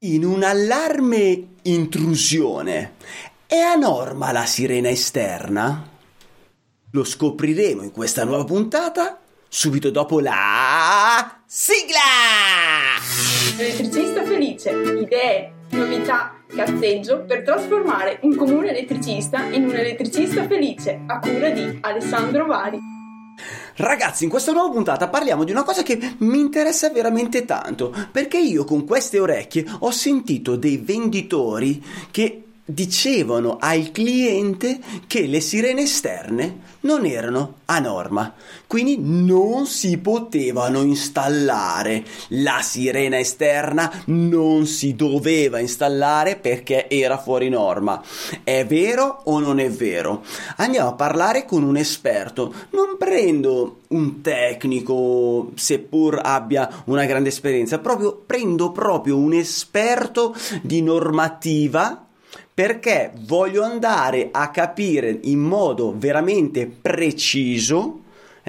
In un allarme intrusione, è a norma la sirena esterna? Lo scopriremo in questa nuova puntata, subito dopo la sigla! Elettricista felice, idee, novità, cazzeggio per trasformare un comune elettricista in un elettricista felice, a cura di Alessandro Vari. Ragazzi, in questa nuova puntata parliamo di una cosa che mi interessa veramente tanto, perché io con queste orecchie ho sentito dei venditori che dicevano al cliente che le sirene esterne non erano a norma, quindi non si potevano installare. La sirena esterna non si doveva installare perché era fuori norma. È vero o non è vero? Andiamo a parlare con un esperto. Non prendo un tecnico, seppur abbia una grande esperienza, prendo proprio un esperto di normativa, perché voglio andare a capire in modo veramente preciso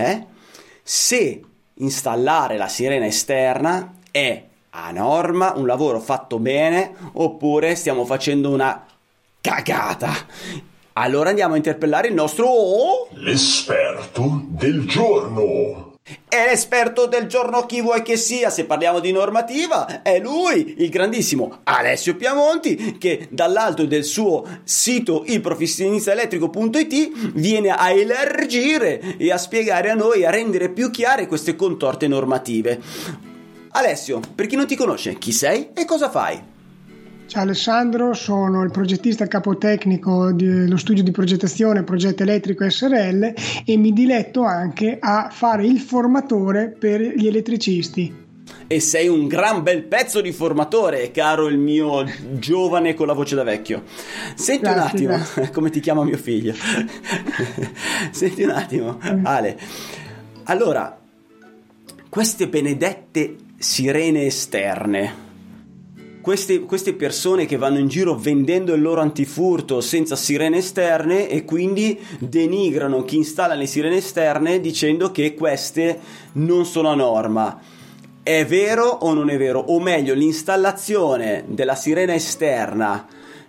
se installare la sirena esterna è a norma, un lavoro fatto bene, oppure stiamo facendo una cagata. Allora andiamo a interpellare il nostro l'esperto del giorno. E l'esperto del giorno chi vuoi che sia, se parliamo di normativa, è lui, il grandissimo Alessio Piamonti, che dall'alto del suo sito ilprofessionistaelettrico.it viene a elargire e a spiegare a noi, a rendere più chiare queste contorte normative. Alessio, per chi non ti conosce, chi sei e cosa fai? Ciao Alessandro, sono il progettista capotecnico dello studio di progettazione Progetto Elettrico SRL e mi diletto anche a fare il formatore per gli elettricisti. E sei un gran bel pezzo di formatore, caro il mio giovane con la voce da vecchio. Senti un attimo, come ti chiama mio figlio. Senti un attimo, Ale. Allora, queste benedette sirene esterne, queste persone che vanno in giro vendendo il loro antifurto senza sirene esterne e quindi denigrano chi installa le sirene esterne dicendo che queste non sono a norma. È vero o non è vero? O meglio, l'installazione della sirena esterna,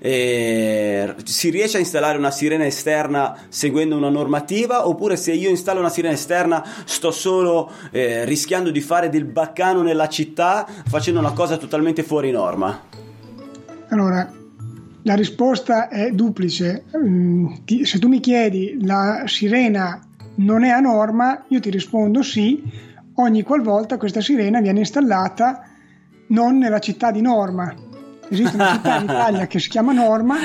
si riesce a installare una sirena esterna seguendo una normativa, oppure se io installo una sirena esterna sto solo rischiando di fare del baccano nella città facendo una cosa totalmente fuori norma? Allora, la risposta è duplice. Se tu mi chiedi la sirena non è a norma, io ti rispondo sì, ogni qualvolta questa sirena viene installata non nella città di norma. Esiste una città in Italia che si chiama Norma,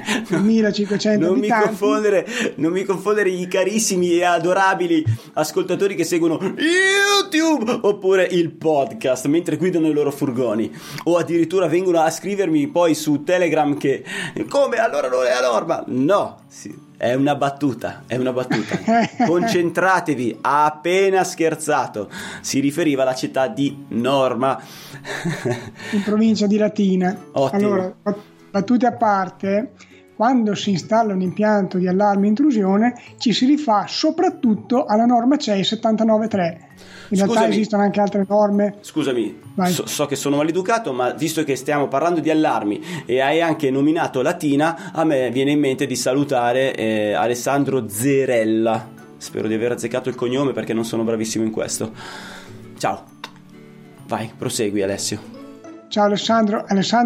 1500 abitanti. Non mi confondere i carissimi e adorabili ascoltatori che seguono YouTube oppure il podcast mentre guidano i loro furgoni, o addirittura vengono a scrivermi poi su Telegram che come allora non è a norma. No, sì. È una battuta. Concentratevi, ha appena scherzato. Si riferiva alla città di Norma, in provincia di Latina. Ottimo. Allora, battute a parte, quando si installa un impianto di allarme intrusione ci si rifà soprattutto alla norma CEI 793. In realtà esistono anche altre norme. Scusami, so che sono maleducato, ma visto che stiamo parlando di allarmi e hai anche nominato Latina, a me viene in mente di salutare Alessandro Zerella. Spero di aver azzeccato il cognome perché non sono bravissimo in questo. Ciao. Vai, prosegui Alessio. Ciao Alessandro.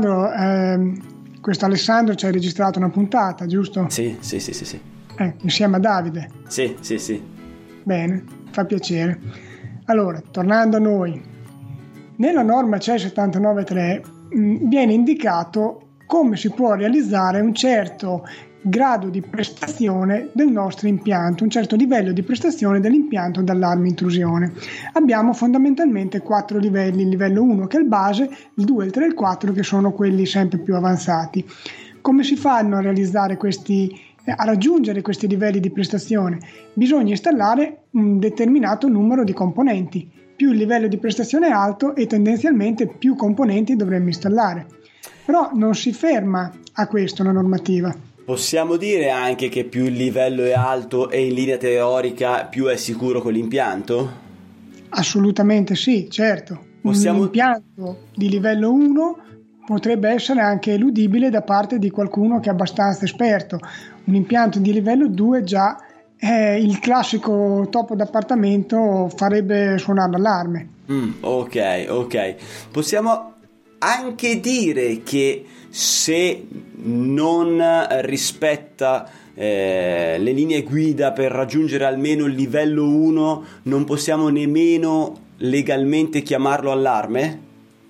Questo Alessandro ci hai registrato una puntata, giusto? Sì. Insieme a Davide. Sì. Bene, fa piacere. Allora, tornando a noi, nella norma CEI 793 viene indicato come si può realizzare un certo grado di prestazione del nostro impianto, un certo livello di prestazione dell'impianto d'allarme intrusione. Abbiamo fondamentalmente 4 livelli: il livello 1 che è il base, il 2, il 3 e il 4 che sono quelli sempre più avanzati. Come si fanno a realizzare a raggiungere questi livelli di prestazione? Bisogna installare un determinato numero di componenti. Più il livello di prestazione è alto e tendenzialmente più componenti dovremmo installare. Però non si ferma a questo la normativa. Possiamo dire anche che più il livello è alto e in linea teorica più è sicuro quell'impianto? Assolutamente sì, certo. Un impianto di livello 1 potrebbe essere anche eludibile da parte di qualcuno che è abbastanza esperto. Un impianto di livello 2 già il classico topo d'appartamento farebbe suonare l'allarme. Ok. Possiamo anche dire che se non rispetta le linee guida per raggiungere almeno il livello 1, non possiamo nemmeno legalmente chiamarlo allarme?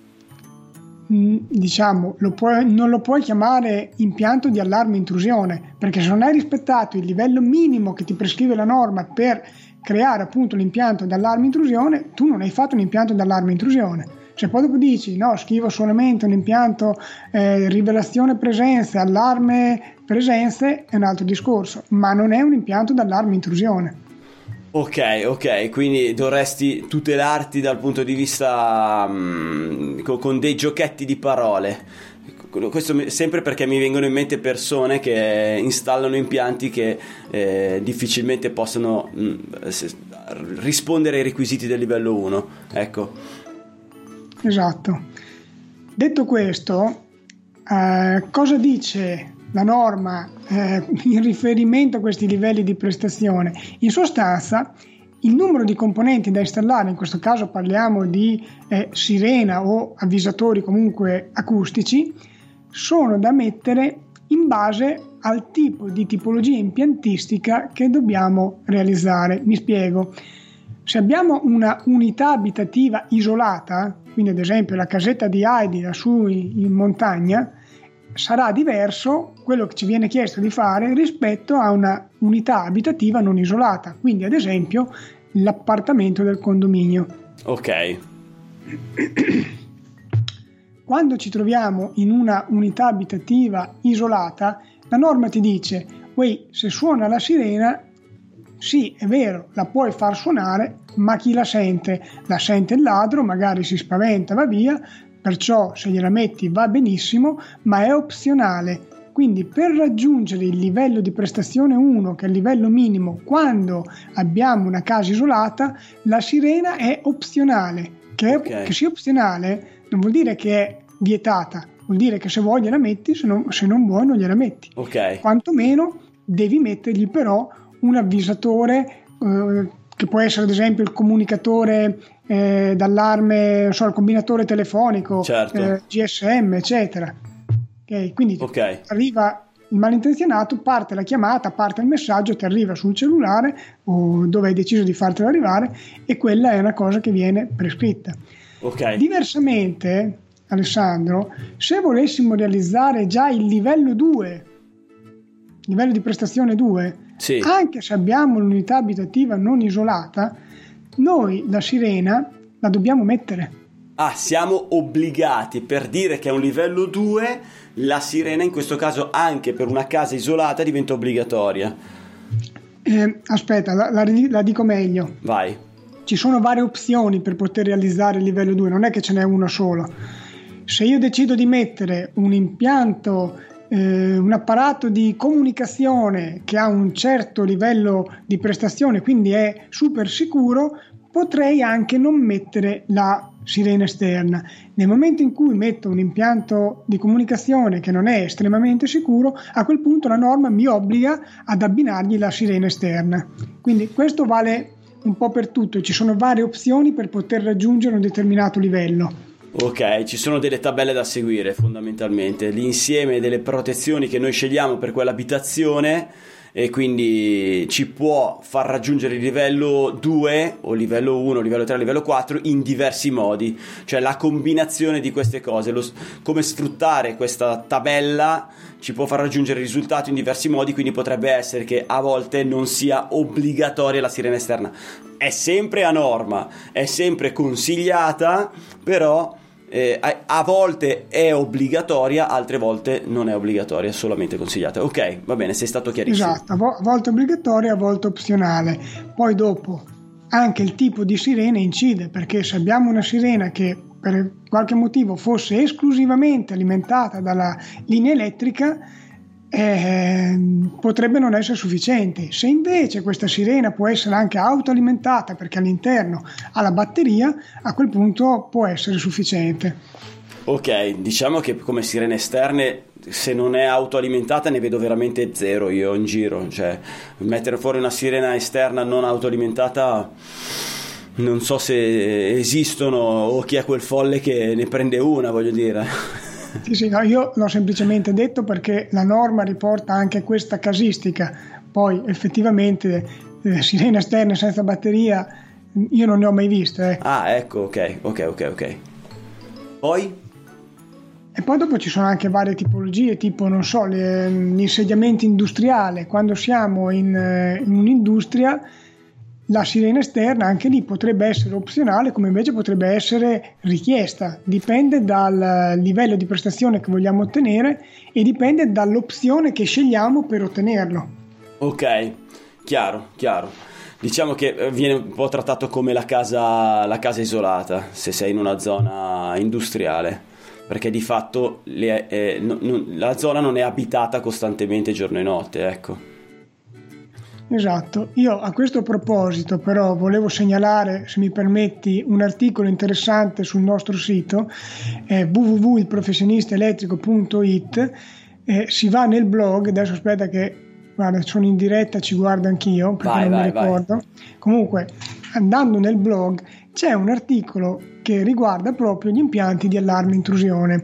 Diciamo, non lo puoi chiamare impianto di allarme intrusione, perché se non hai rispettato il livello minimo che ti prescrive la norma per creare appunto l'impianto di allarme intrusione, tu non hai fatto un impianto di allarme intrusione. Se poi dopo dici no, scrivo solamente un impianto rivelazione presenze, allarme presenze, è un altro discorso, ma non è un impianto di allarme intrusione. Ok, quindi dovresti tutelarti dal punto di vista con dei giochetti di parole. Questo sempre perché mi vengono in mente persone che installano impianti che difficilmente possono rispondere ai requisiti del livello 1. Ecco. Esatto. Detto questo, cosa dice la norma in riferimento a questi livelli di prestazione? In sostanza, il numero di componenti da installare, in questo caso parliamo di sirena o avvisatori comunque acustici, sono da mettere in base al tipo di tipologia impiantistica che dobbiamo realizzare. Mi spiego. Se abbiamo una unità abitativa isolata, quindi ad esempio la casetta di Heidi lassù in montagna, sarà diverso quello che ci viene chiesto di fare rispetto a una unità abitativa non isolata, quindi ad esempio l'appartamento del condominio. Ok. Quando ci troviamo in una unità abitativa isolata, la norma ti dice: se suona la sirena, sì, è vero, la puoi far suonare, ma chi la sente? La sente il ladro, magari si spaventa, va via, perciò se gliela metti va benissimo, ma è opzionale. Quindi per raggiungere il livello di prestazione 1, che è il livello minimo, quando abbiamo una casa isolata, la sirena è opzionale. Che sia opzionale non vuol dire che è vietata, vuol dire che se vuoi gliela metti, se non vuoi non gliela metti. Quantomeno devi mettergli però un avvisatore che può essere ad esempio il comunicatore d'allarme, il combinatore telefonico, certo. GSM, eccetera. Quindi arriva il malintenzionato, parte la chiamata, parte il messaggio, ti arriva sul cellulare o dove hai deciso di fartelo arrivare, e quella è una cosa che viene prescritta. Diversamente, Alessandro, se volessimo realizzare già il livello 2, livello di prestazione 2, sì, anche se abbiamo l'unità abitativa non isolata, noi la sirena la dobbiamo mettere. Siamo obbligati, per dire che è un livello 2, la sirena in questo caso anche per una casa isolata diventa obbligatoria. Aspetta, la dico meglio. Vai. Ci sono varie opzioni per poter realizzare il livello 2, non è che ce n'è una sola. Se io decido di mettere un impianto, un apparato di comunicazione che ha un certo livello di prestazione, quindi è super sicuro, potrei anche non mettere la sirena esterna. Nel momento in cui metto un impianto di comunicazione che non è estremamente sicuro, a quel punto la norma mi obbliga ad abbinargli la sirena esterna. Quindi questo vale un po' per tutto, ci sono varie opzioni per poter raggiungere un determinato livello. Ok, ci sono delle tabelle da seguire fondamentalmente, l'insieme delle protezioni che noi scegliamo per quell'abitazione, e quindi ci può far raggiungere il livello 2 o livello 1, livello 3, livello 4 in diversi modi, cioè la combinazione di queste cose, come sfruttare questa tabella ci può far raggiungere il risultato in diversi modi, quindi potrebbe essere che a volte non sia obbligatoria la sirena esterna, è sempre a norma, è sempre consigliata, però a volte è obbligatoria, altre volte non è obbligatoria, solamente consigliata. Ok, va bene, sei stato chiarissimo. Esatto, a volte obbligatoria, a volte opzionale. Poi dopo anche il tipo di sirena incide, perché se abbiamo una sirena che per qualche motivo fosse esclusivamente alimentata dalla linea elettrica, potrebbe non essere sufficiente. Se invece questa sirena può essere anche autoalimentata perché all'interno ha la batteria, a quel punto può essere sufficiente. Ok, diciamo che come sirene esterne, se non è autoalimentata, ne vedo veramente zero io in giro. Cioè, mettere fuori una sirena esterna non autoalimentata, non so se esistono o chi è quel folle che ne prende una, voglio dire. Sì, no, io l'ho semplicemente detto perché la norma riporta anche questa casistica. Poi effettivamente sirene esterne senza batteria io non ne ho mai viste. Ah, ecco, ok. Poi? E poi dopo ci sono anche varie tipologie, tipo, non so, l'insediamento industriale. Quando siamo in un'industria, la sirena esterna anche lì potrebbe essere opzionale, come invece potrebbe essere richiesta. Dipende dal livello di prestazione che vogliamo ottenere e dipende dall'opzione che scegliamo per ottenerlo. Ok, chiaro. Diciamo che viene un po' trattato come la casa isolata, se sei in una zona industriale, perché di fatto la zona non è abitata costantemente giorno e notte, ecco. Esatto, io a questo proposito però volevo segnalare, se mi permetti, un articolo interessante sul nostro sito www.ilprofessionistaelettrico.it. Si va nel blog, adesso aspetta che, guarda, sono in diretta, ci guardo anch'io perché non mi ricordo. Vai. Comunque, andando nel blog c'è un articolo che riguarda proprio gli impianti di allarme intrusione.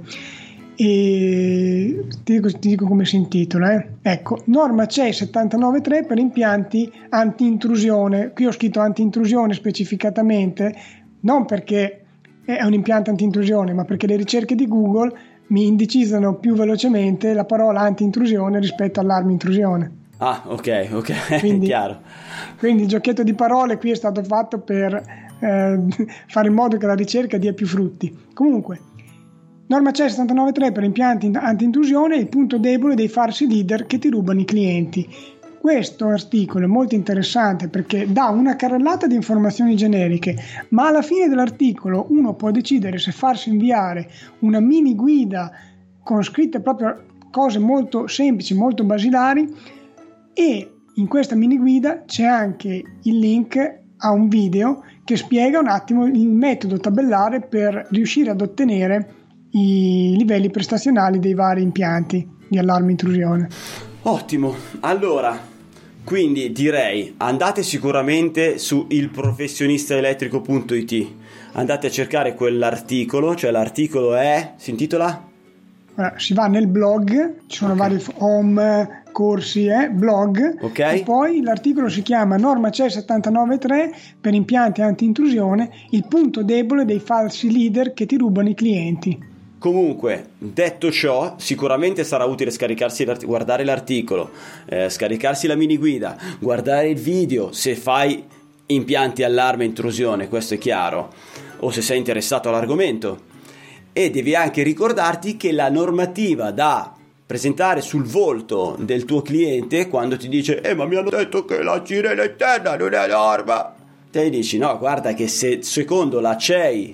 E ti dico come si intitola. Ecco, norma CE 79.3 per impianti anti-intrusione. Qui ho scritto anti-intrusione specificatamente, non perché è un impianto anti-intrusione, ma perché le ricerche di Google mi indicizzano più velocemente la parola anti-intrusione rispetto allarme intrusione. Ah, ok, quindi, chiaro. Quindi il giochetto di parole qui è stato fatto per fare in modo che la ricerca dia più frutti. Comunque, norma CE 79.3 per impianti anti-intrusione è il punto debole dei falsi leader che ti rubano i clienti. Questo articolo è molto interessante perché dà una carrellata di informazioni generiche, ma alla fine dell'articolo uno può decidere se farsi inviare una mini guida con scritte proprio cose molto semplici, molto basilari, e in questa mini guida c'è anche il link a un video che spiega un attimo il metodo tabellare per riuscire ad ottenere i livelli prestazionali dei vari impianti di allarme intrusione. Ottimo, allora quindi direi andate sicuramente su ilprofessionistaelettrico.it, andate a cercare quell'articolo, cioè l'articolo si intitola? Si va nel blog, ci sono vari home, corsi, blog, okay. E poi l'articolo si chiama norma CE 79.3 per impianti anti-intrusione, il punto debole dei falsi leader che ti rubano i clienti. Comunque, detto ciò, sicuramente sarà utile guardare l'articolo, scaricarsi la mini guida, guardare il video se fai impianti allarme intrusione, questo è chiaro, o se sei interessato all'argomento. E devi anche ricordarti che la normativa da presentare sul volto del tuo cliente quando ti dice ma mi hanno detto che la sirena esterna non è norma, te dici no, guarda che se secondo la CEI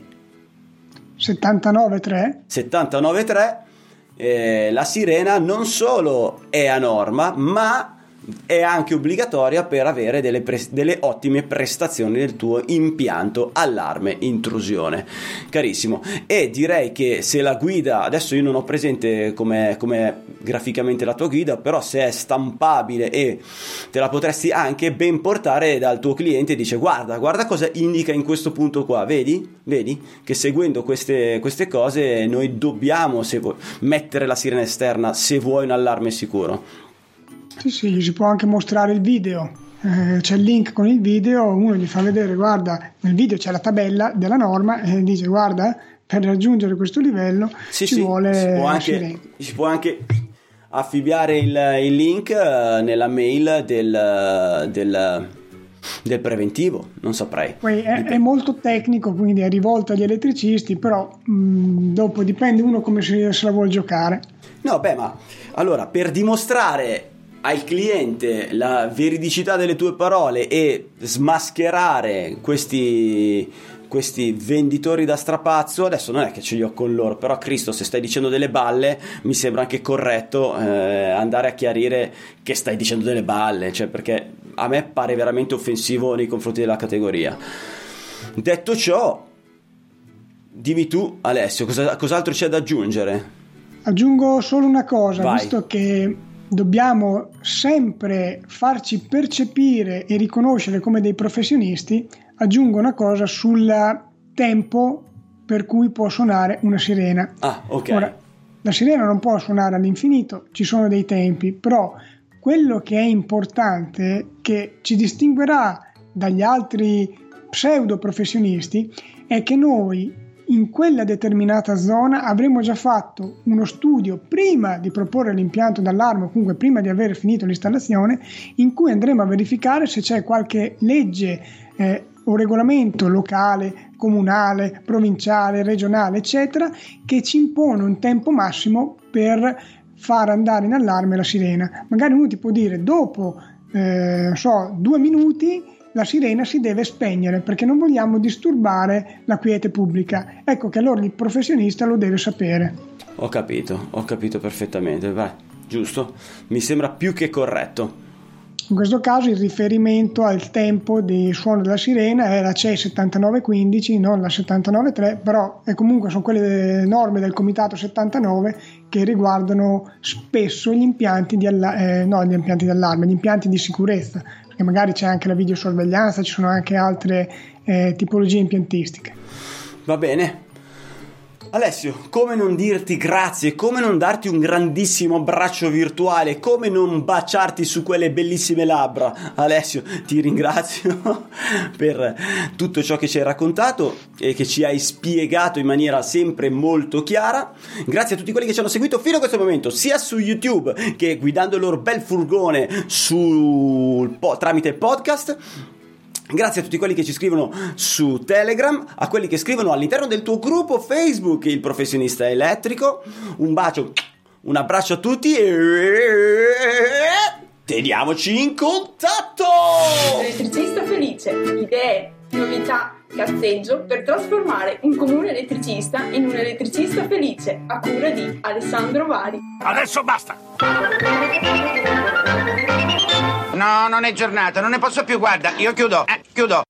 79.3 la sirena non solo è a norma, ma è anche obbligatoria per avere delle ottime prestazioni del tuo impianto allarme intrusione, carissimo. E direi che se la guida, adesso io non ho presente come graficamente la tua guida, però se è stampabile e te la potresti anche ben portare dal tuo cliente e dice guarda cosa indica in questo punto qua, vedi che seguendo queste cose noi dobbiamo mettere la sirena esterna se vuoi un allarme sicuro. Sì, gli si può anche mostrare il video, c'è il link con il video, uno gli fa vedere, guarda, nel video c'è la tabella della norma e dice guarda, per raggiungere questo livello vuole si può anche affibbiare il link nella mail del preventivo, non saprei. Poi è molto tecnico, quindi è rivolto agli elettricisti, però dopo dipende uno come se la vuol giocare. No, ma allora, per dimostrare al cliente la veridicità delle tue parole e smascherare questi venditori da strapazzo, adesso non è che ce li ho con loro, però Cristo, se stai dicendo delle balle mi sembra anche corretto andare a chiarire che stai dicendo delle balle, cioè, perché a me pare veramente offensivo nei confronti della categoria. Detto ciò, Dimmi tu, Alessio, cos'altro c'è da aggiungere? Aggiungo solo una cosa, Vai. visto che dobbiamo sempre farci percepire e riconoscere come dei professionisti, aggiungo una cosa sul tempo per cui può suonare una sirena. Ah, ok. Ora, la sirena non può suonare all'infinito, ci sono dei tempi, però quello che è importante, che ci distinguerà dagli altri pseudo professionisti, è che noi in quella determinata zona avremo già fatto uno studio prima di proporre l'impianto d'allarme, o comunque prima di aver finito l'installazione, in cui andremo a verificare se c'è qualche legge o regolamento locale, comunale, provinciale, regionale, eccetera, che ci impone un tempo massimo per far andare in allarme la sirena. Magari uno ti può dire dopo 2 minuti la sirena si deve spegnere perché non vogliamo disturbare la quiete pubblica. Ecco che allora il professionista lo deve sapere. Ho capito perfettamente, vai, giusto? Mi sembra più che corretto. In questo caso il riferimento al tempo di suono della sirena è la CEI 7915, non la 793, però comunque sono quelle norme del Comitato 79 che riguardano spesso gli impianti di allarme, gli impianti di sicurezza, perché magari c'è anche la videosorveglianza, ci sono anche altre tipologie impiantistiche. Va bene. Alessio, come non dirti grazie, come non darti un grandissimo abbraccio virtuale, come non baciarti su quelle bellissime labbra. Alessio, ti ringrazio per tutto ciò che ci hai raccontato e che ci hai spiegato in maniera sempre molto chiara. Grazie a tutti quelli che ci hanno seguito fino a questo momento, sia su YouTube che guidando il loro bel furgone tramite il podcast. Grazie a tutti quelli che ci scrivono su Telegram, a quelli che scrivono all'interno del tuo gruppo Facebook, il professionista elettrico. Un bacio, un abbraccio a tutti e teniamoci in contatto! Elettricista felice, idee, novità, cazzeggio per trasformare un comune elettricista in un elettricista felice, a cura di Alessandro Vari. Adesso basta! No, non è giornata, non ne posso più, guarda, io chiudo.